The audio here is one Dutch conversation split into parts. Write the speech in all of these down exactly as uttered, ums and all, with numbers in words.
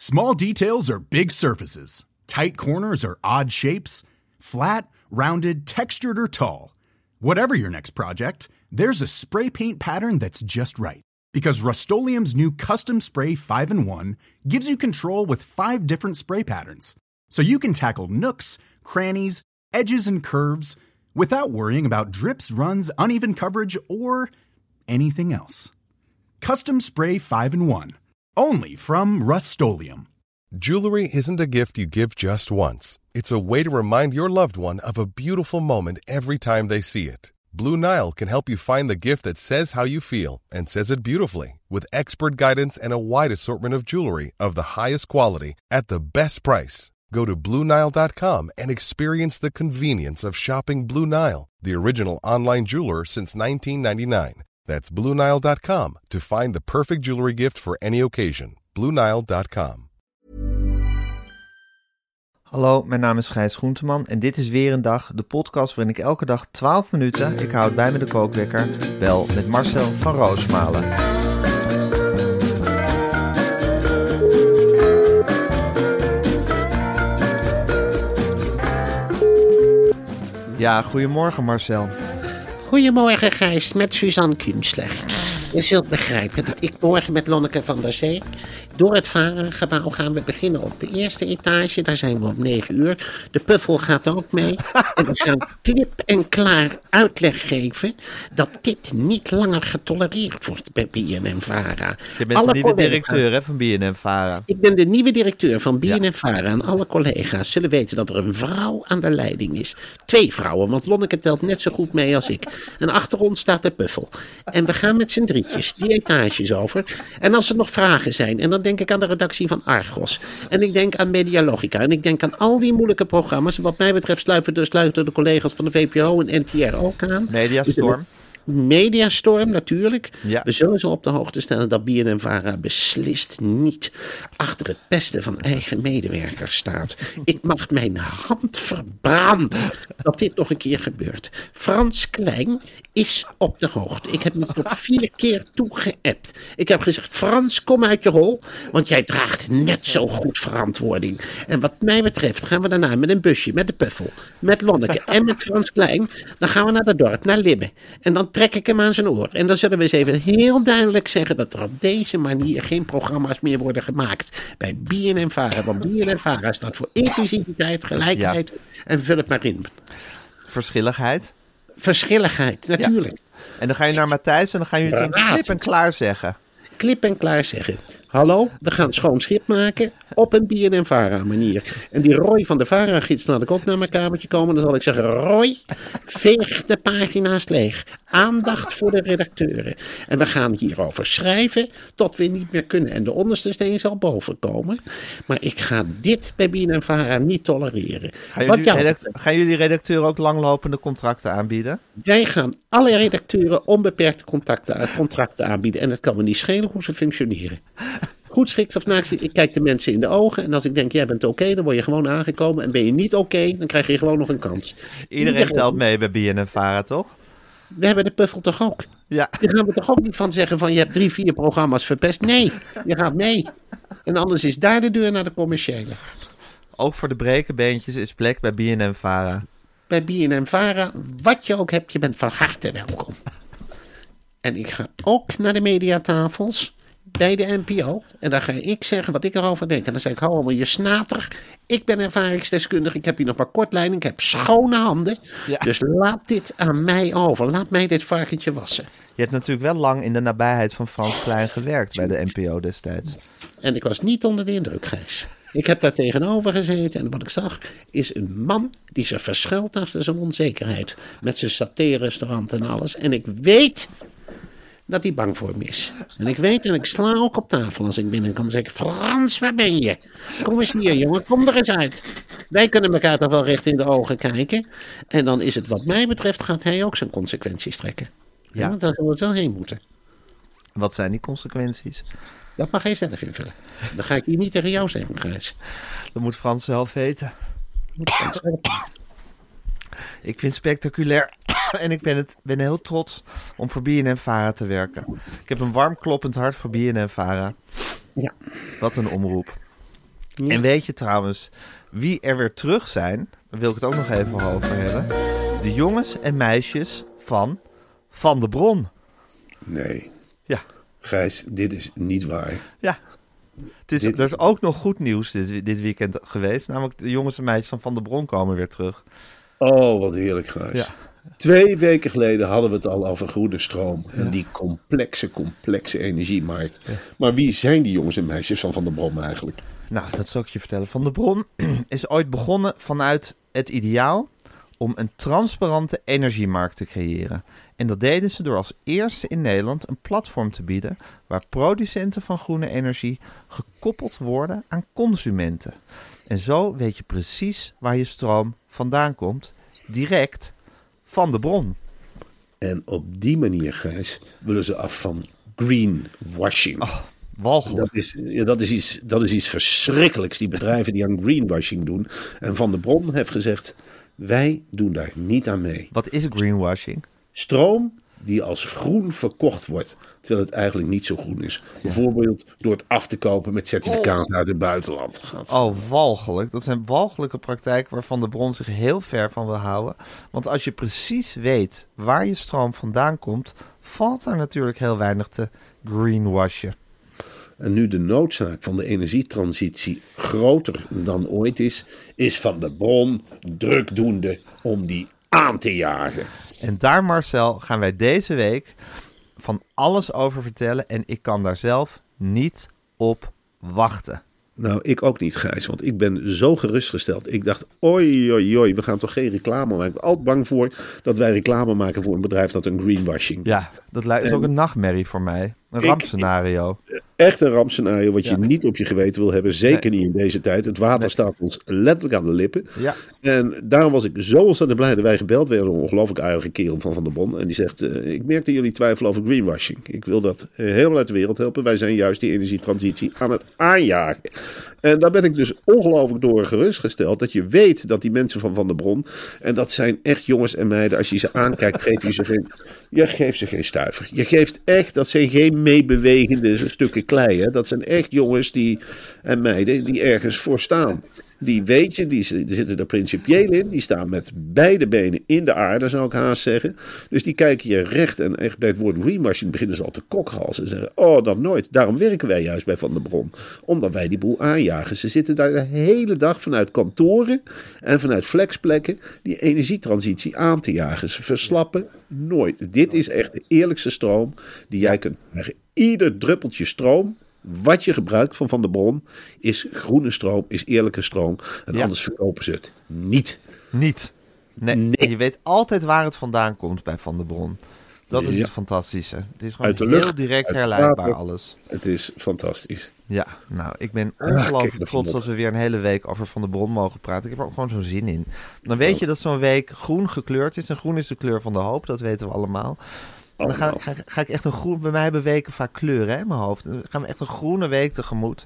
Small details are big surfaces. Tight corners are odd shapes. Flat, rounded, textured, or tall. Whatever your next project, there's a spray paint pattern that's just right. Because Rust-Oleum's new Custom Spray five in one gives you control with five different spray patterns. So you can tackle nooks, crannies, edges, and curves without worrying about drips, runs, uneven coverage, or anything else. Custom Spray five in one. Only from Rust-Oleum. Jewelry isn't a gift you give just once. It's a way to remind your loved one of a beautiful moment every time they see it. Blue Nile can help you find the gift that says how you feel and says it beautifully, with expert guidance and a wide assortment of jewelry of the highest quality at the best price. Go to Blue Nile dot com and experience the convenience of shopping Blue Nile, the original online jeweler since nineteen ninety-nine. That's Blue Nile dot com to find the perfect jewelry gift for any occasion. Blue Nile dot com. Hallo, mijn naam is Gijs Groenteman en dit is weer een dag, de podcast waarin ik elke dag twaalf minuten, ik houd bij me de kookwekker, bel met Marcel van Roosmalen. Ja, goedemorgen Marcel. Goedemorgen Gijs, met Suzanne Künstler. Je zult begrijpen dat ik morgen met Lonneke van der Zee door het Vara-gebouw gaan. We beginnen op de eerste etage, daar zijn we op negen uur. De Puffel gaat ook mee. En we gaan klip en klaar uitleg geven dat dit niet langer getolereerd wordt bij B N N Vara. Je bent alle de nieuwe collega's, directeur hè, van B N N Vara. Ik ben de nieuwe directeur van B N N Vara ja. En alle collega's zullen weten dat er een vrouw aan de leiding is. Twee vrouwen, want Lonneke telt net zo goed mee als ik. En achter ons staat de Puffel. En we gaan met z'n drietjes die etages over. En als er nog vragen zijn, en dan denk ik aan de redactie van Argos. En ik denk aan Medialogica. En ik denk aan al die moeilijke programma's. Wat mij betreft sluiten de, sluiten de collega's van de V P R O en N T R ook aan. Mediastorm. Mediastorm natuurlijk. Ja. We zullen zo op de hoogte stellen dat B N N Vara beslist niet achter het pesten van eigen medewerkers staat. Ik mag mijn hand verbranden dat dit nog een keer gebeurt. Frans Klein is op de hoogte. Ik heb hem tot vier keer toegeëpt. Ik heb gezegd, Frans, kom uit je hol, want jij draagt net zo goed verantwoording. En wat mij betreft gaan we daarna met een busje, met de Puffel, met Lonneke en met Frans Klein, dan gaan we naar het dorp, naar Libbe. En dan trek ik hem aan zijn oor. En dan zullen we eens even heel duidelijk zeggen dat er op deze manier geen programma's meer worden gemaakt bij B N N Vara. Want B N N Vara staat voor inclusiviteit, gelijkheid ja. en vul het maar in. Verschilligheid. Verschilligheid, natuurlijk. Ja. En dan ga je naar Matthijs en dan gaan jullie het dan klip en klaar zeggen. Klip en klaar zeggen. Hallo, we gaan schoon schip maken op een B N N Vara manier. En die Roy van de Vara-gids laat ik ook naar mijn kamertje komen. Dan zal ik zeggen, Roy, veeg de pagina's leeg. Aandacht voor de redacteuren. En we gaan hierover schrijven tot we niet meer kunnen. En de onderste steen zal boven komen. Maar ik ga dit bij B N N Vara niet tolereren. Gaan jullie, jou... redact- gaan jullie redacteuren ook langlopende contracten aanbieden? Wij gaan alle redacteuren onbeperkte contracten, contracten aanbieden. En het kan me niet schelen hoe ze functioneren. Goed schikt of naakt, ik kijk de mensen in de ogen. En als ik denk, jij bent oké, okay, dan word je gewoon aangekomen. En ben je niet oké, okay, dan krijg je gewoon nog een kans. Iedereen Iedereen telt mee bij B N N Vara, toch? We hebben de Puffel toch ook? Ja. Daar gaan we toch ook niet van zeggen van, je hebt drie, vier programma's verpest. Nee, je gaat mee. En anders is daar de deur naar de commerciële. Ook voor de brekenbeentjes is plek bij B N N Vara. Bij B N N Vara, wat je ook hebt, je bent van harte welkom. En ik ga ook naar de mediatafels bij de N P O. En dan ga ik zeggen wat ik erover denk. En dan zeg ik, hou allemaal je snater. Ik ben ervaringsdeskundige. Ik heb hier nog maar kortlijnen. Ik heb schone handen. Ja. Dus laat dit aan mij over. Laat mij dit varkentje wassen. Je hebt natuurlijk wel lang in de nabijheid van Frans Klein gewerkt bij de N P O destijds. En ik was niet onder de indruk, Gijs. Ik heb daar tegenover gezeten en wat ik zag is een man die zich verschuilt achter zijn onzekerheid. Met zijn saté-restaurant en alles. En ik weet dat hij bang voor me is. En ik weet en ik sla ook op tafel als ik binnenkom. Dan zeg ik, Frans, waar ben je? Kom eens hier, jongen, kom er eens uit. Wij kunnen elkaar toch wel recht in de ogen kijken. En dan is het wat mij betreft, gaat hij ook zijn consequenties trekken. Ja, ja, want daar zal het wel heen moeten. Wat zijn die consequenties? Dat mag hij zelf invullen. Dan ga ik hier niet tegen jou zeggen, Gijs. Dat moet Frans zelf weten. Ik vind het spectaculair en ik ben, het, ben heel trots om voor B N N Vara te werken. Ik heb een warm kloppend hart voor B N N Vara. Ja. Wat een omroep. Ja. En weet je trouwens wie er weer terug zijn? Daar wil ik het ook nog even over hebben. De jongens en meisjes van Van de Bron. Nee. Ja. Gijs, dit is niet waar. Ja. Het is, Dit- er is ook nog goed nieuws dit, dit weekend geweest. Namelijk de jongens en meisjes van Van de Bron komen weer terug. Oh, wat heerlijk, Gijs. Ja. Twee weken geleden hadden we het al over groene stroom. En die complexe, complexe energiemarkt. Maar wie zijn die jongens en meisjes van Van der Brom eigenlijk? Nou, dat zal ik je vertellen. Van de Bron is ooit begonnen vanuit het ideaal om een transparante energiemarkt te creëren. En dat deden ze door als eerste in Nederland een platform te bieden waar producenten van groene energie gekoppeld worden aan consumenten. En zo weet je precies waar je stroom vandaan komt, direct van de bron. En op die manier, Gijs, willen ze af van greenwashing. Oh, walgelijk. Dat is, ja, dat, is iets, dat is iets verschrikkelijks, die bedrijven die aan greenwashing doen. En Van der Bron heeft gezegd, wij doen daar niet aan mee. Wat is greenwashing? Stroom die als groen verkocht wordt, terwijl het eigenlijk niet zo groen is. Bijvoorbeeld door het af te kopen met certificaten uit het buitenland. Oh, walgelijk. Dat zijn walgelijke praktijken waar Van de Bron zich heel ver van wil houden. Want als je precies weet waar je stroom vandaan komt, valt er natuurlijk heel weinig te greenwashen. En nu de noodzaak van de energietransitie groter dan ooit is, is Van der Bron drukdoende om die aan te jagen. En daar, Marcel, gaan wij deze week van alles over vertellen. En ik kan daar zelf niet op wachten. Nou, ik ook niet, Gijs, want ik ben zo gerustgesteld. Ik dacht, oi, oi, oi, we gaan toch geen reclame maken. Ik ben altijd bang voor dat wij reclame maken voor een bedrijf dat een greenwashing. Ja, dat lijkt, is ook een nachtmerrie voor mij. Een Ik- rampscenario. Echt een rampscenario wat je Ja. niet op je geweten wil hebben. Zeker niet in deze tijd. Het water Nee. staat ons letterlijk aan de lippen. Ja. En daarom was ik zo ontzettend blij dat wij gebeld werden door een ongelooflijk aardige kerel van Van der Bron. En die zegt, eh, ik merk dat jullie twijfelen over greenwashing. Ik wil dat eh, helemaal uit de wereld helpen. Wij zijn juist die energietransitie aan het aanjagen. En daar ben ik dus ongelooflijk door gerustgesteld. Dat je weet dat die mensen van Van der Bron, en dat zijn echt jongens en meiden, als je ze aankijkt, geef je ze geen, je geeft ze geen stuiver. Je geeft echt, dat zijn geen meebewegende stukken klei. Hè. Dat zijn echt jongens die, en meiden die ergens voor staan. Die weet je, die, z- die zitten er principieel in. Die staan met beide benen in de aarde, zou ik haast zeggen. Dus die kijken je recht. En echt bij het woord greenwashing beginnen ze al te kokhalzen. En zeggen, oh, dat nooit. Daarom werken wij juist bij Van der Bron. Omdat wij die boel aanjagen. Ze zitten daar de hele dag vanuit kantoren en vanuit flexplekken die energietransitie aan te jagen. Ze verslappen nooit. Dit is echt de eerlijkste stroom die jij kunt krijgen. Ieder druppeltje stroom wat je gebruikt van Van der Bron is groene stroom, is eerlijke stroom. En Ja. anders verkopen ze het niet. Niet. Nee. Nee. En je weet altijd waar het vandaan komt bij Van de Bron. Dat is Ja. het fantastische. Het is gewoon Uit de heel lucht, direct uit het herleidbaar water. alles. Het is fantastisch. Ja, nou, ik ben kijk ongelooflijk er trots vanop. dat we weer een hele week over Van de Bron mogen praten. Ik heb er ook gewoon zo'n zin in. Dan weet je dat zo'n week groen gekleurd is. En groen is de kleur van de hoop, dat weten we allemaal. En dan ga, Allemaal. ga, ga ik echt een groen... Bij mij hebben weken vaak kleuren hè, in mijn hoofd. Dan gaan we echt een groene week tegemoet.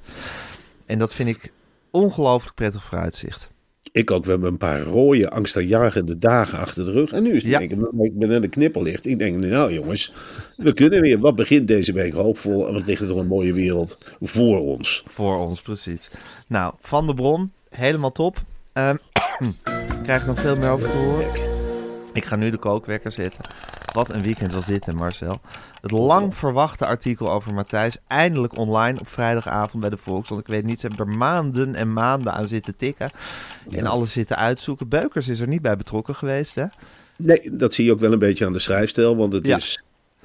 En dat vind ik ongelooflijk prettig vooruitzicht. Ik ook. We hebben een paar rode, angstaanjagende dagen achter de rug. En nu is het Ja. denk ik, ik ben in de knipperlicht. Ik denk, nou jongens, we kunnen weer. Wat begint deze week hoopvol? En wat ligt er toch een mooie wereld voor ons? Voor ons, precies. Nou, Van de Bron, helemaal top. Ehm krijg ik nog veel meer over te horen. Ik ga nu de kookwekker zetten. Wat een weekend was dit, hè Marcel. Het lang verwachte artikel over Matthijs eindelijk online op vrijdagavond bij de Volkskrant. Ik weet niet, ze hebben er maanden en maanden aan zitten tikken. En alles zitten uitzoeken. Beukers is er niet bij betrokken geweest, hè? Nee, dat zie je ook wel een beetje aan de schrijfstijl. Want het Ja. is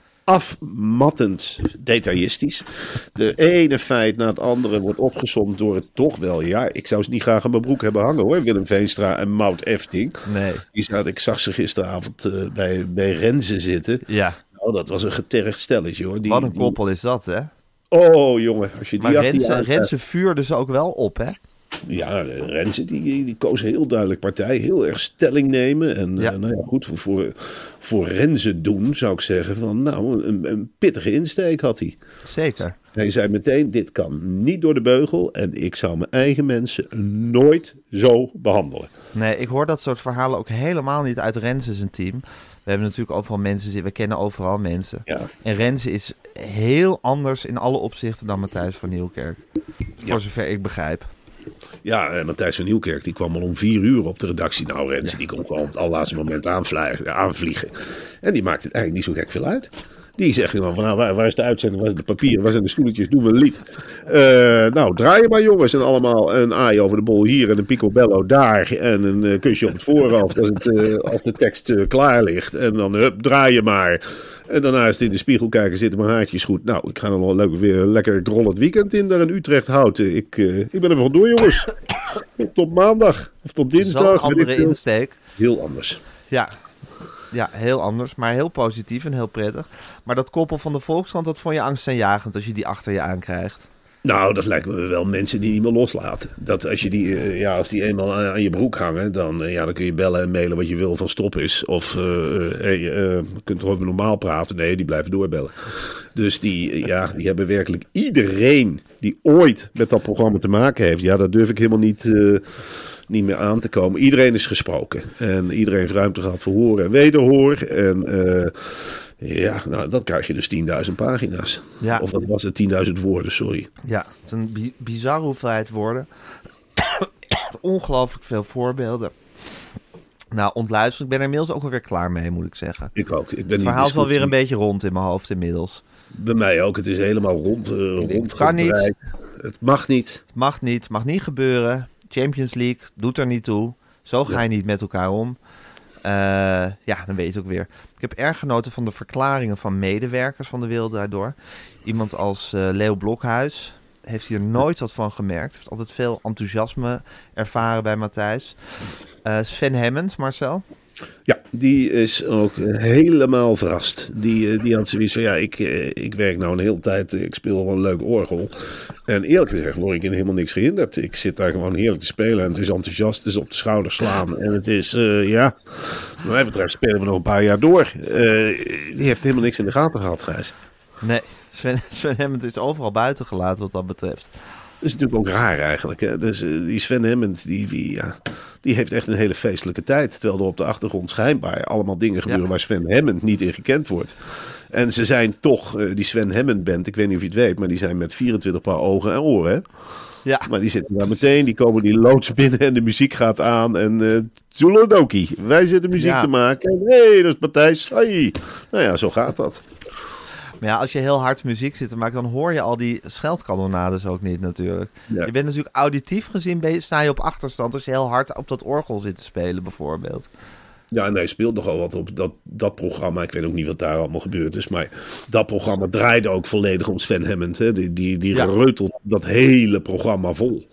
afmattend detailistisch. De ene feit na het andere wordt opgesomd door het toch wel. Ja, ik zou ze niet graag aan mijn broek hebben hangen hoor. Willem Veenstra en Maud Efting. Nee. Die zat, ik zag ze gisteravond eh, bij, bij Renze zitten. Ja, Nou, dat was een getergd stelletje hoor. Die, wat een die- koppel is dat, hè? Oh jongen, als je die Maar achter je Renze, aankijkt- Renze vuurde ze ook wel op, hè? Ja, Renze die, die koos heel duidelijk partij. Heel erg stelling nemen. En Ja. eh, nou ja, goed, voor, voor, voor Renze doen zou ik zeggen van nou, een, een pittige insteek had hij. Zeker. Hij zei meteen, dit kan niet door de beugel. En ik zou mijn eigen mensen nooit zo behandelen. Nee, ik hoor dat soort verhalen ook helemaal niet uit Renze zijn team. We hebben natuurlijk overal mensen zitten. We kennen overal mensen. Ja. En Renze is heel anders in alle opzichten dan Matthijs van Nieuwkerk. Voor Ja. zover ik begrijp. Ja, en Matthijs van Nieuwkerk die kwam al om vier uur op de redactie. Nou, Rens, die kon gewoon op het allerlaatste moment aanvliegen, aanvliegen. En die maakt het eigenlijk niet zo gek veel uit. Die zegt gewoon van, nou, waar, waar is de uitzending, waar zijn de papieren, waar zijn de stoeltjes, doen we een lied. Uh, nou, draaien maar jongens. En allemaal een aai over de bol hier en een picobello daar. En een uh, kusje op het voorhoofd als, het, uh, als de tekst uh, klaar ligt. En dan, hup, draai je maar. En daarna is het in de spiegel kijken, zitten mijn haartjes goed. Nou, ik ga er nog leuk, weer lekker rollend weekend in daar in Utrecht houden. Ik, uh, ik ben er vandoor jongens. Tot maandag. Of tot dinsdag. Zo'n andere insteek. Heel anders. Ja. Ja, heel anders, maar heel positief en heel prettig. Maar dat koppel van de Volkskrant, dat vond je angstaanjagend als je die achter je aankrijgt? Nou, dat lijkt me wel mensen die niet meer loslaten. Dat als, je die, uh, ja, als die eenmaal aan, aan je broek hangen, dan, uh, ja, dan kun je bellen en mailen wat je wil van stop is. Of uh, uh, hey, uh, je kunt toch over normaal praten? Nee, die blijven doorbellen. Dus die, uh, ja, die hebben werkelijk iedereen die ooit met dat programma te maken heeft. Ja, daar durf ik helemaal niet... Uh, niet meer aan te komen. Iedereen is gesproken. En iedereen heeft ruimte gehad voor horen en wederhoor. En uh, ja, nou, dan krijg je dus tienduizend pagina's. Ja. Of wat was het? tienduizend woorden, sorry. Ja, het is een bi- bizarre hoeveelheid woorden. Ongelooflijk veel voorbeelden. Nou, ontluisteren. Ik ben er inmiddels ook alweer klaar mee, moet ik zeggen. Ik ook. Ik ben het verhaal is wel weer een beetje rond in mijn hoofd inmiddels. Bij mij ook. Het is helemaal rond. Uh, rond het kan niet. Het mag niet. Het mag niet. Het mag niet gebeuren. Champions League, doet er niet toe. Zo ga je ja. niet met elkaar om. Uh, ja, dan weet je het ook weer. Ik heb erg genoten van de verklaringen van medewerkers van De Wereld Draait Door. Iemand als uh, Leo Blokhuis heeft hier nooit wat van gemerkt. Heeft altijd veel enthousiasme ervaren bij Matthijs. Uh, Sven Hammond, Marcel? Ja, die is ook helemaal verrast. Die, die had zoiets van, ja, ik, ik werk nou een hele tijd, ik speel wel een leuk orgel. En eerlijk gezegd word ik in helemaal niks gehinderd. Ik zit daar gewoon heerlijk te spelen en het is enthousiast, het is op de schouder slaan. En het is, uh, ja, wat mij betreft spelen we nog een paar jaar door. Uh, die heeft helemaal niks in de gaten gehad, Gijs. Nee, Sven, Sven Hammond is overal buiten gelaten wat dat betreft. Dat is natuurlijk ook raar eigenlijk. Hè? Dus uh, die Sven Hammond, die, die, ja, die heeft echt een hele feestelijke tijd. Terwijl er op de achtergrond schijnbaar allemaal dingen gebeuren ja. waar Sven Hammond niet in gekend wordt. En ze zijn toch, uh, die Sven Hammond band, ik weet niet of je het weet, maar die zijn met vierentwintig paar ogen en oren. Hè? Ja. Maar die zitten daar meteen, die komen die loods binnen en de muziek gaat aan. En uh, Zuladoki, wij zitten muziek ja. te maken. Hé, hey, dat is Matthijs. Hey. Nou ja, zo gaat dat. Maar ja, als je heel hard muziek zit te maken, dan hoor je al die scheldkanonades ook niet natuurlijk. Ja. Je bent natuurlijk auditief gezien, ben je, sta je op achterstand als je heel hard op dat orgel zit te spelen bijvoorbeeld. Ja, en hij speelt nogal wat op dat, dat programma. Ik weet ook niet wat daar allemaal gebeurd is. Maar dat programma draaide ook volledig om Sven Hammond. Hè? Die, die, die ja. reutelt dat hele programma vol.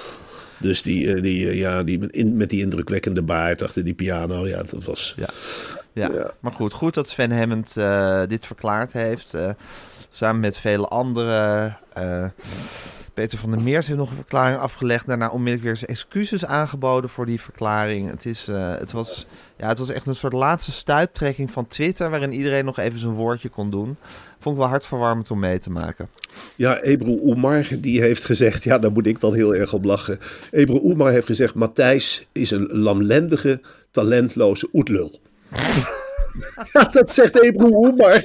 Dus die, die, ja, die met, in, met die indrukwekkende baard achter die piano. Ja, dat was... Ja. Ja, ja, maar goed, goed dat Sven Hammond uh, dit verklaard heeft. Uh, samen met vele anderen. Uh, Peter van der Meers heeft nog een verklaring afgelegd. Daarna onmiddellijk weer zijn excuses aangeboden voor die verklaring. Het, is, uh, het, was, ja, het was echt een soort laatste stuiptrekking van Twitter, waarin iedereen nog even zijn woordje kon doen. Vond ik wel hartverwarmend om mee te maken. Ja, Ebru Umar, die heeft gezegd, ja, daar moet ik dan heel erg op lachen. Ebru Umar heeft gezegd, Matthijs is een lamlendige, talentloze oetlul. Ja, dat zegt Ebru Umar.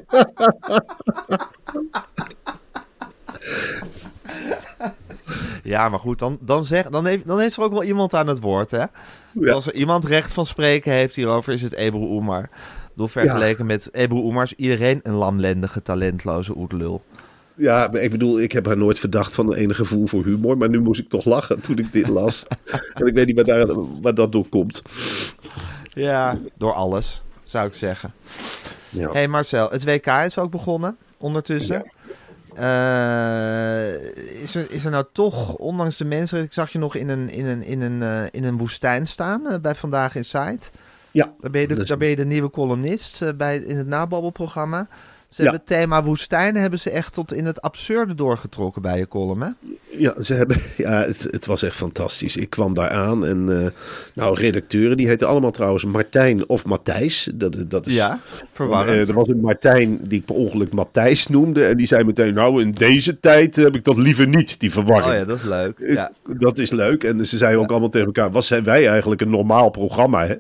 Ja, maar goed, dan, dan, zeg, dan, heeft, dan heeft er ook wel iemand aan het woord, hè? Ja. Als er iemand recht van spreken heeft hierover, is het Ebru Umar. Ik bedoel, vergeleken ja. met Ebru Umar is iedereen een lamlendige, talentloze oetlul. Ja, maar ik bedoel, ik heb haar nooit verdacht van enig gevoel voor humor, maar nu moest ik toch lachen toen ik dit las. En ik weet niet waar, daar, waar dat door komt. Ja, door alles, zou ik zeggen. Ja. Hey Marcel, het W K is ook begonnen, ondertussen. Ja. Uh, is, er, is er nou toch, ondanks de mensen, ik zag je nog in een, in een, in een, uh, in een woestijn staan uh, bij Vandaag Inside. Ja. Daar ben je de, daar ben je de nieuwe columnist uh, bij, in het nababbelprogramma. Ze ja. hebben het thema woestijnen hebben ze echt tot in het absurde doorgetrokken bij je column, hè? Ja, ze hebben, ja het, het was echt fantastisch. Ik kwam daar aan en uh, nou, redacteuren, die heten allemaal trouwens Martijn of Matthijs. Dat, dat is, ja, verwarrend. Uh, er was een Martijn die ik per ongeluk Matthijs noemde en die zei meteen, nou in deze tijd heb ik dat liever niet, die verwarring. Oh ja, dat is leuk. Ja. Dat is leuk en ze zeiden ook ja. allemaal tegen elkaar, wat zijn wij eigenlijk een normaal programma, hè?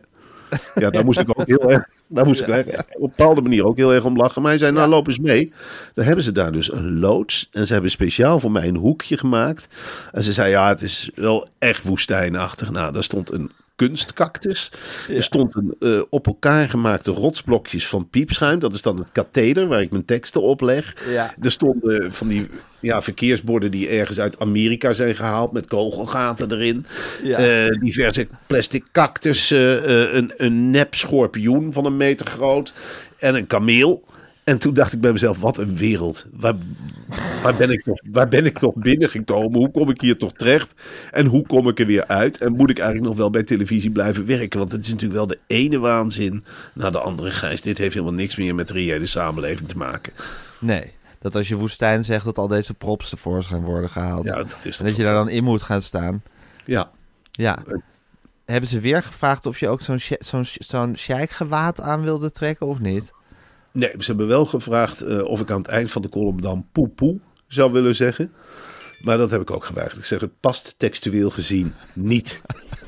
Ja, daar moest ik ook heel erg, daar moest ik ja, ja. op een bepaalde manier ook heel erg om lachen. Maar hij zei, nou ja. loop eens mee. Dan hebben ze daar dus een loods. En ze hebben speciaal voor mij een hoekje gemaakt. En ze zei, ja, het is wel echt woestijnachtig. Nou, daar stond een kunstcactus. Ja. Er stond een uh, op elkaar gemaakte rotsblokjes van piepschuim. Dat is dan het katheder waar ik mijn teksten op leg. Ja. Er stonden van die ja, verkeersborden die ergens uit Amerika zijn gehaald met kogelgaten erin. Ja. Uh, diverse plastic cactus. Uh, uh, een, een nep schorpioen van een meter groot. En een kameel. En toen dacht ik bij mezelf, wat een wereld. Waar, waar, ben ik toch, waar ben ik toch binnengekomen? Hoe kom ik hier toch terecht? En hoe kom ik er weer uit? En moet ik eigenlijk nog wel bij televisie blijven werken? Want het is natuurlijk wel de ene waanzin naar de andere, Gijs. Dit heeft helemaal niks meer met de reële samenleving te maken. Nee, dat als je woestijn zegt dat al deze props tevoorschijn worden gehaald. Ja, dat is en dat je daar dan in moet gaan staan. Ja. Ja. Uh, Hebben ze weer gevraagd of je ook zo'n, zo'n, zo'n sheikgewaad aan wilde trekken of niet? Nee, ze hebben wel gevraagd uh, of ik aan het eind van de column dan poe poe zou willen zeggen. Maar dat heb ik ook geweigerd. Ik zeg, het past textueel gezien niet.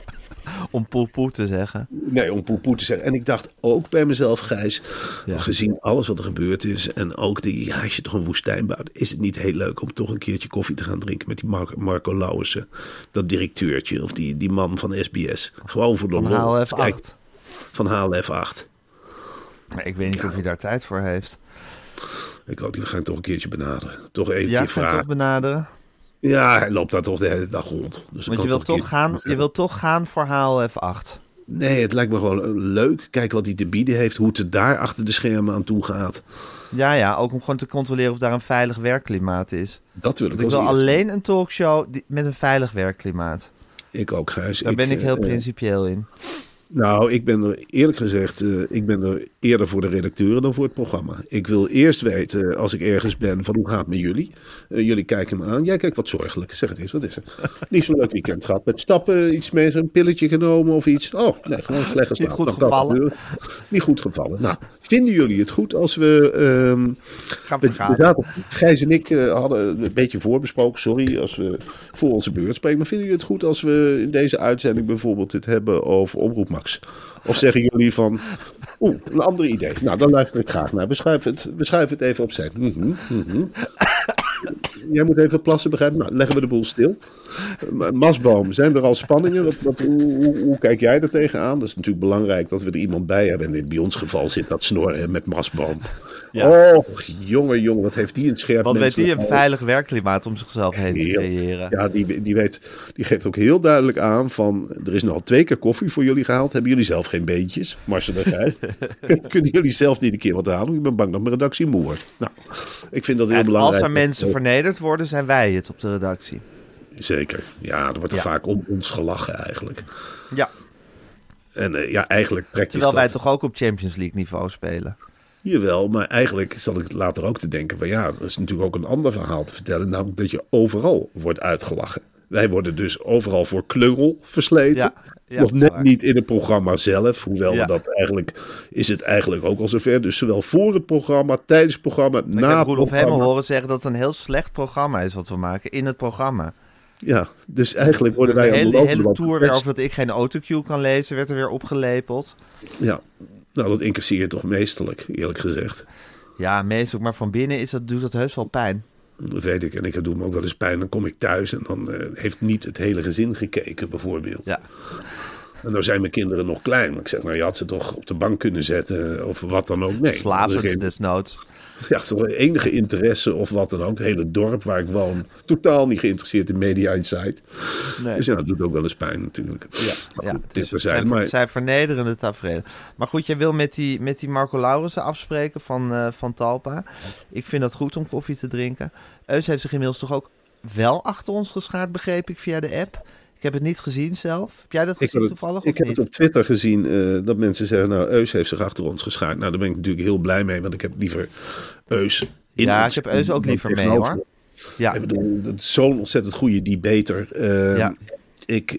Om poe poe te zeggen? Nee, om poe poe te zeggen. En ik dacht ook bij mezelf, Gijs, ja. gezien alles wat er gebeurd is en ook die, ja, als je toch een woestijn bouwt, is het niet heel leuk om toch een keertje koffie te gaan drinken met die Mar- Marco Lauwersen, dat directeurtje of die, die man van S B S. Gewoon voor de lol. Van H L F acht. Kijk, van H L F acht. Maar ik weet niet ja. of hij daar tijd voor heeft. Ik ook niet. We gaan toch een keertje benaderen. Toch even ja, keer vragen. Ja, toch benaderen? Ja, hij loopt daar toch de hele dag rond. Dus Want je wilt toch, gaan, je wilt toch gaan voor H L F acht? Nee, het lijkt me gewoon leuk. Kijken wat hij te bieden heeft. Hoe het er daar achter de schermen aan toe gaat. Ja, ja. Ook om gewoon te controleren of daar een veilig werkklimaat is. Dat wil ik wel. Ik wil alleen een talkshow die, met een veilig werkklimaat. Ik ook, Gijs. Daar ik, ben ik heel uh, principieel in. Nou, ik ben er eerlijk gezegd, uh, ik ben er eerder voor de redacteuren dan voor het programma. Ik wil eerst weten, uh, als ik ergens ben, van hoe gaat het met jullie? Uh, jullie kijken me aan. Jij kijkt wat zorgelijk. Zeg het eens, wat is er? Niet zo'n leuk weekend gehad. Met stappen, iets mee, een pilletje genomen of iets. Oh, nee, gewoon slecht geslapen. Niet goed nou, gevallen. Niet goed gevallen. Nou, vinden jullie het goed als we... Um, gaan vergaderen. Gijs en ik uh, hadden een beetje voorbesproken, sorry, als we voor onze beurt spreken. Maar vinden jullie het goed als we in deze uitzending bijvoorbeeld het hebben over Omroep Max? Of zeggen jullie van, oeh, een ander idee. Nou, dan luister ik graag naar. Beschrijf het, beschrijf het even opzij. Mm-hmm, mm-hmm. Jij moet even plassen, begrijpen. Nou, leggen we de boel stil. Masboom, zijn er al spanningen? Wat, wat, hoe, hoe, hoe kijk jij er tegenaan? Dat is natuurlijk belangrijk dat we er iemand bij hebben. En bij ons geval zit dat snor met Masboom. Ja. Oh, jongen, jongen, wat heeft die een scherp... Wat weet die een veilig werkklimaat om zichzelf heen te creëren? Ja, die, die, weet, die geeft ook heel duidelijk aan van... Er is nog al twee keer koffie voor jullie gehaald. Hebben jullie zelf geen beentjes? Marcel en Gijs. Kunnen jullie zelf niet een keer wat halen? Ik ben bang dat mijn redactie moe wordt. Nou, ik vind dat heel en belangrijk. Als er mensen vernederd worden, zijn wij het op de redactie. Zeker. Ja, er wordt er ja. vaak om ons gelachen eigenlijk. Ja. En uh, ja, eigenlijk trekt Terwijl wij dat... toch ook op Champions League niveau spelen. Jawel, maar eigenlijk zal ik later ook te denken van ja, dat is natuurlijk ook een ander verhaal te vertellen. Namelijk dat je overal wordt uitgelachen. Wij worden dus overal voor klungel versleten. Ja, ja, Nog net waar. Niet in het programma zelf. Hoewel ja. we dat eigenlijk, is het eigenlijk ook al zover. Dus zowel voor het programma, tijdens het programma, na het programma. Ik heb Roelof Hemmel horen zeggen dat het een heel slecht programma is wat we maken in het programma. Ja, dus eigenlijk worden wij... De hele, de hele tour weer over dat ik geen autocue kan lezen, werd er weer opgelepeld. Ja, nou dat incasseer je toch meesterlijk, eerlijk gezegd. Ja, meestal, maar van binnen is dat, doet dat heus wel pijn. Dat weet ik. En ik doe me ook wel eens pijn. Dan kom ik thuis en dan uh, heeft niet het hele gezin gekeken, bijvoorbeeld. Ja. En dan zijn mijn kinderen nog klein. Maar ik zeg, nou, je had ze toch op de bank kunnen zetten of wat dan ook. Nee. Slapen geen... desnoods. Ja, toch enige interesse of wat dan ook. Het hele dorp waar ik woon, totaal niet geïnteresseerd in Media Insight. Nee. Dus ja, dat doet ook wel eens pijn natuurlijk. Ja, maar ja goed, het, is, het, zijn, zijn, maar... het zijn vernederende tafereelen. Maar goed, jij wil met die, met die Marco Lauwersen afspreken van, uh, van Talpa. Ik vind dat goed om koffie te drinken. Eus heeft zich inmiddels toch ook wel achter ons geschaard, begreep ik, via de app. Ik heb het niet gezien zelf. Heb jij dat gezien ik toevallig? Het, ik heb niet? het op Twitter gezien uh, dat mensen zeggen, nou, Eus heeft zich achter ons geschaard. Nou, daar ben ik natuurlijk heel blij mee, want ik heb liever Eus in Ja, ons, ik heb Eus ook liever mee, hoor. Ja. Ik bedoel, dat is zo'n ontzettend goede debater. Uh, ja. Ik,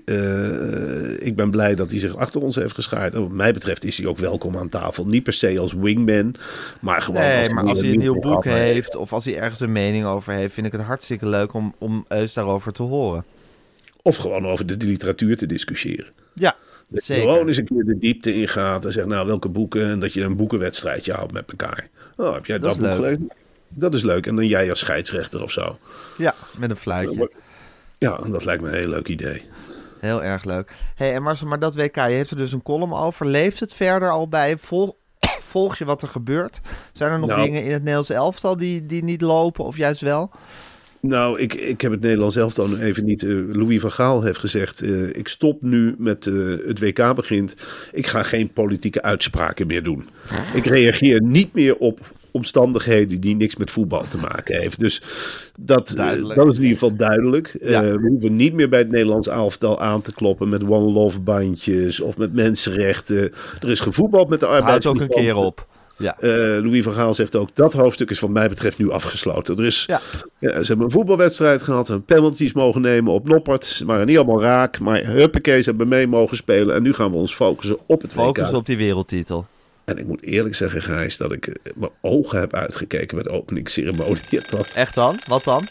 uh, ik ben blij dat hij zich achter ons heeft geschaard. En wat mij betreft is hij ook welkom aan tafel. Niet per se als wingman, maar gewoon nee, als... maar als hij een nieuw boek heeft of als hij ergens een mening over heeft, vind ik het hartstikke leuk om, om Eus daarover te horen. Of gewoon over de literatuur te discussiëren. Ja. Dat je Zeker. gewoon eens een keer de diepte ingaat en zegt, nou, welke boeken? En dat je een boekenwedstrijdje houdt met elkaar. Oh, heb jij Dat dat, is boek leuk. gelezen? Dat is leuk. En dan jij als scheidsrechter of zo. Ja, met een fluitje. Ja, dat lijkt me een heel leuk idee. Heel erg leuk. Hey, en Marcel, maar dat W K, je heeft er dus een column over. Leeft het verder al bij? Vol, volg je wat er gebeurt? Zijn er nog Nou, dingen in het Nederlands elftal die, die niet lopen of juist wel? Nou, ik, ik heb het Nederlands elftal nog even niet. Uh, Louis van Gaal heeft gezegd, uh, ik stop nu met uh, het W K begint. Ik ga geen politieke uitspraken meer doen. Ik reageer niet meer op omstandigheden die niks met voetbal te maken heeft. Dus dat, uh, dat is in ieder geval duidelijk. Uh, Ja. We hoeven niet meer bij het Nederlands elftal aan te kloppen met One Love bandjes of met mensenrechten. Er is gevoetbald met de Houd ook arbeidsmigranten. een keer op. Ja. Uh, Louis van Gaal zegt ook, dat hoofdstuk is wat mij betreft nu afgesloten. Er is, Ja. ja, ze hebben een voetbalwedstrijd gehad, een penalties mogen nemen op Noppert. Ze waren niet allemaal raak, maar huppakee, ze hebben mee mogen spelen. En nu gaan we ons focussen op het Focus W K. op die wereldtitel. En ik moet eerlijk zeggen, Gijs, dat ik uh, mijn ogen heb uitgekeken bij de openingsceremonie. Het was, Echt dan? Wat dan?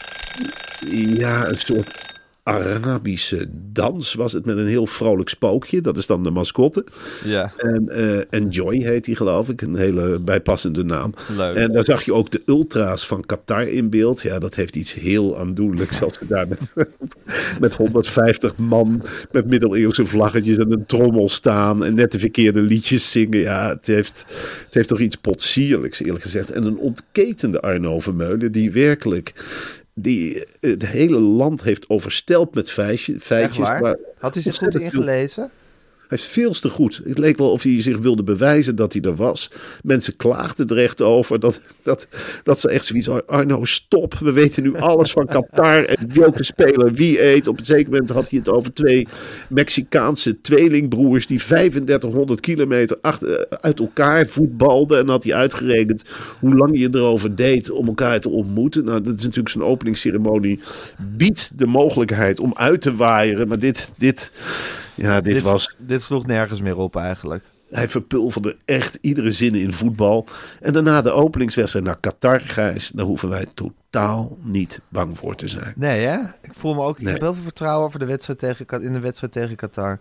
ja, een soort Arabische dans was het met een heel vrolijk spookje. Dat is dan de mascotte. Ja. En, uh, en Joy heet die, geloof ik. Een hele bijpassende naam. Leuk. En daar zag je ook de ultra's van Qatar in beeld. Ja, dat heeft iets heel aandoenlijks. Als ze daar met, met honderdvijftig man met middeleeuwse vlaggetjes en een trommel staan. En net de verkeerde liedjes zingen. Ja, het heeft, het heeft toch iets potsierlijks, eerlijk gezegd. En een ontketende Arno Vermeulen, die werkelijk die het hele land heeft overstelpt met feitje, feitjes. Echt waar? Maar Had hij zich goed ontzettend veel- ingelezen? Hij is veel te goed. Het leek wel of hij zich wilde bewijzen dat hij er was. Mensen klaagden er echt over. Dat, dat, dat ze echt zoiets hadden. Arno, stop. We weten nu alles van Qatar. En welke speler wie eet. Op een zeker moment had hij het over twee Mexicaanse tweelingbroers. Die vijfendertighonderd kilometer achter, uit elkaar voetbalden. En had hij uitgerekend hoe lang je erover deed om elkaar te ontmoeten. Nou, dat is natuurlijk zo'n openingsceremonie. Biedt de mogelijkheid om uit te waaieren. Maar dit... dit Ja, dit, Dit, was... dit sloeg nergens meer op eigenlijk. Hij verpulverde echt iedere zin in voetbal. En daarna de openingswedstrijd naar Qatar, Gijs. Daar hoeven wij totaal niet bang voor te zijn. Nee, hè? Ik voel me ook... Ik Nee. heb heel veel vertrouwen over de wedstrijd tegen, Ka- in de wedstrijd tegen Qatar.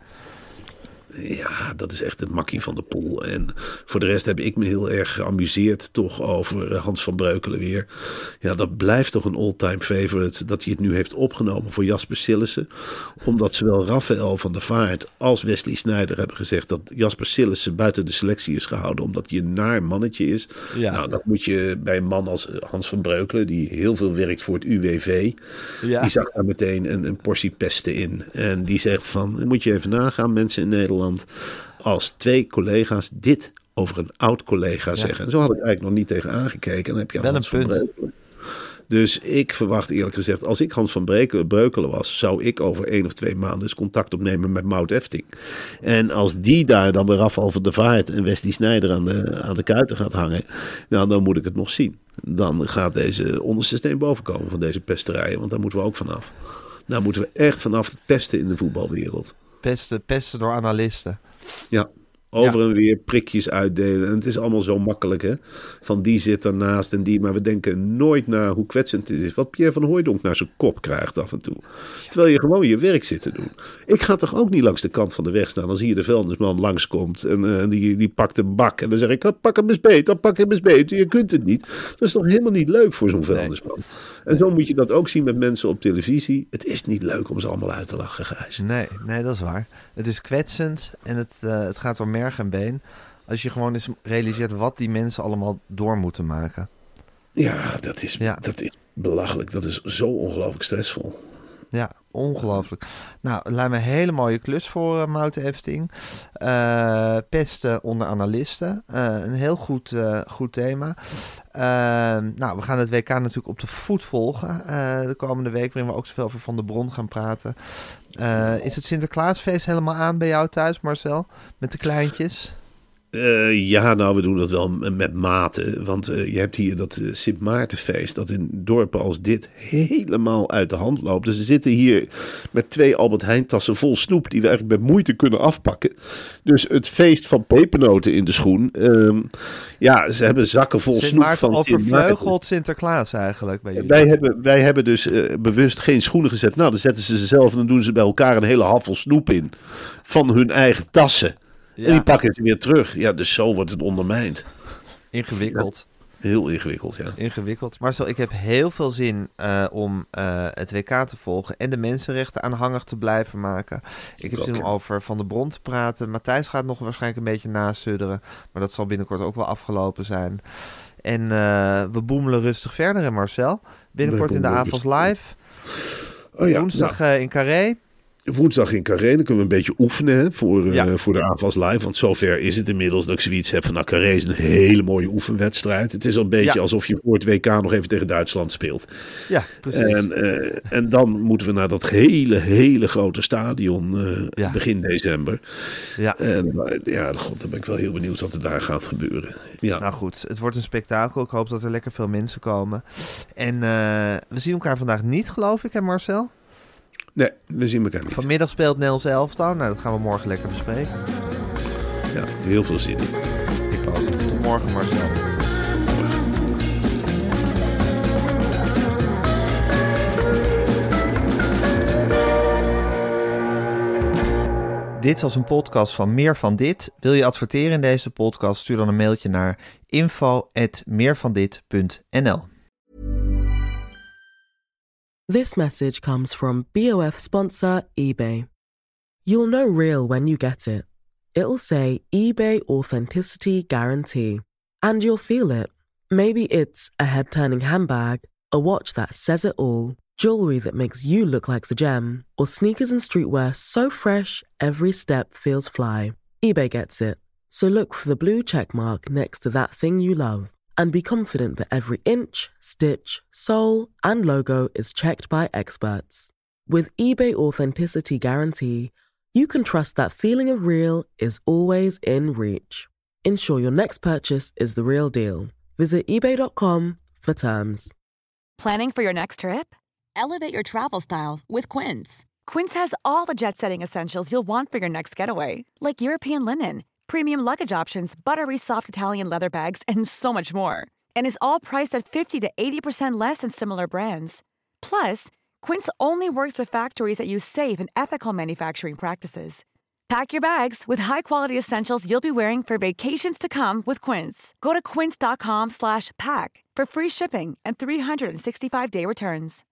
Ja, dat is echt het makkie van de pool. En voor de rest heb ik me heel erg geamuseerd toch over Hans van Breukelen weer. Ja, dat blijft toch een all-time favorite dat hij het nu heeft opgenomen voor Jasper Sillissen. Omdat zowel Raphaël van der Vaart als Wesley Sneijder hebben gezegd dat Jasper Sillissen buiten de selectie is gehouden omdat hij een naar mannetje is. Ja. Nou, dat moet je bij een man als Hans van Breukelen, die heel veel werkt voor het U W V. Ja. Die zag daar meteen een, een portie pesten in. En die zegt van, dan moet je even nagaan mensen in Nederland. Als twee collega's dit over een oud collega zeggen. En zo had ik eigenlijk nog niet tegen aangekeken. En dan heb je Wel Hans een van punt. Breukelen. Dus ik verwacht eerlijk gezegd, als ik Hans van Breukelen, Breukelen was, zou ik over één of twee maanden eens contact opnemen met Mout Efting. En als die daar dan bij Rafal van der Vaart en Wesley Sneijder aan de, aan de kuiten gaat hangen, nou, dan moet ik het nog zien. Dan gaat deze onderste steen bovenkomen van deze pesterijen, want daar moeten we ook vanaf. Nou moeten we echt vanaf het pesten in de voetbalwereld. Pesten, pesten door analisten. Ja, over en weer prikjes uitdelen. En het is allemaal zo makkelijk, hè. Van die zit ernaast en die. Maar we denken nooit na hoe kwetsend het is. Wat Pierre van Hooijdonk naar zijn kop krijgt af en toe. Terwijl je gewoon je werk zit te doen. Ik ga toch ook niet langs de kant van de weg staan. Dan zie je de vuilnisman langskomt. En uh, die, die pakt een bak. En dan zeg ik, pak hem eens beet. Dan pak hem eens beet. Je kunt het niet. Dat is toch helemaal niet leuk voor zo'n vuilnisman. En zo moet je dat ook zien met mensen op televisie. Het is niet leuk om ze allemaal uit te lachen, Gijs. Nee, nee, dat is waar. Het is kwetsend en het, uh, het gaat door merg en been. Als je gewoon eens realiseert wat die mensen allemaal door moeten maken. Ja, dat is, Ja. dat is belachelijk. Dat is zo ongelooflijk stressvol. Ja, ongelooflijk. Nou, het lijkt me een hele mooie klus voor uh, Mout Efting. Uh, pesten onder analisten. Uh, een heel goed, uh, goed thema. Uh, nou, we gaan het W K natuurlijk op de voet volgen. Uh, de komende week, waarin we ook zoveel over Van der Bron gaan praten. Uh, is het Sinterklaasfeest helemaal aan bij jou thuis, Marcel? Met de kleintjes? Uh, ja, nou, we doen dat wel met mate. Want uh, je hebt hier dat uh, Sint Maartenfeest... dat in dorpen als dit helemaal uit de hand loopt. Dus ze zitten hier met twee Albert Heijn tassen vol snoep... die we eigenlijk met moeite kunnen afpakken. Dus het feest van pepernoten in de schoen. Um, ja, ze hebben zakken vol Sint snoep Maarten van overvleugelt Sinterklaas eigenlijk bij jullie. Wij hebben, wij hebben dus uh, bewust geen schoenen gezet. Nou, dan zetten ze ze zelf en dan doen ze bij elkaar een hele handvol snoep in. Van hun eigen tassen. Ja. En die pakken ze weer terug. Ja, dus zo wordt het ondermijnd. Ingewikkeld. Ja, heel ingewikkeld, ja. Ingewikkeld. Marcel, ik heb heel veel zin uh, om uh, het W K te volgen en de mensenrechten aanhangig te blijven maken. Ik heb zin om over Van der Bron te praten. Matthijs gaat nog waarschijnlijk een beetje nasudderen, maar dat zal binnenkort ook wel afgelopen zijn. En uh, we boemelen rustig verder, hè Marcel? Binnenkort in de Avals Live. Oh ja, Woensdag ja. Uh, in Carré. Woensdag in Carré, dan kunnen we een beetje oefenen hè, voor, uh, ja. voor de Avals Live. Want zover is het inmiddels dat ik zoiets heb van... nou, Carré is een hele mooie oefenwedstrijd. Het is al een beetje ja. alsof je voor het W K nog even tegen Duitsland speelt. Ja, precies. En, uh, en dan moeten we naar dat hele, hele grote stadion uh, ja. begin december. Ja. En ja, god, dan ben ik wel heel benieuwd wat er daar gaat gebeuren. Ja. Nou goed, het wordt een spektakel. Ik hoop dat er lekker veel mensen komen. En uh, we zien elkaar vandaag niet, geloof ik, hè Marcel? Nee, we zien elkaar niet. Vanmiddag speelt Nederlands elftal. Nou, dat gaan we morgen lekker bespreken. Ja, heel veel zin in. Ik ook. Tot morgen, Marcel. Dit was een podcast van Meer van Dit. Wil je adverteren in deze podcast? Stuur dan een mailtje naar info at meervandit punt n l. This message comes from B O F sponsor eBay. You'll know real when you get it. It'll say eBay Authenticity Guarantee. And you'll feel it. Maybe it's a head-turning handbag, a watch that says it all, jewelry that makes you look like the gem, or sneakers and streetwear so fresh every step feels fly. eBay gets it. So look for the blue check mark next to that thing you love. And be confident that every inch, stitch, sole, and logo is checked by experts. With eBay Authenticity Guarantee, you can trust that feeling of real is always in reach. Ensure your next purchase is the real deal. Visit ebay dot com for terms. Planning for your next trip? Elevate your travel style with Quince. Quince has all the jet-setting essentials you'll want for your next getaway, like European linen, premium luggage options, buttery soft Italian leather bags, and so much more. And is all priced at fifty to eighty percent less than similar brands. Plus, Quince only works with factories that use safe and ethical manufacturing practices. Pack your bags with high-quality essentials you'll be wearing for vacations to come with Quince. Go to quince dot com slash pack for free shipping and three sixty-five day returns.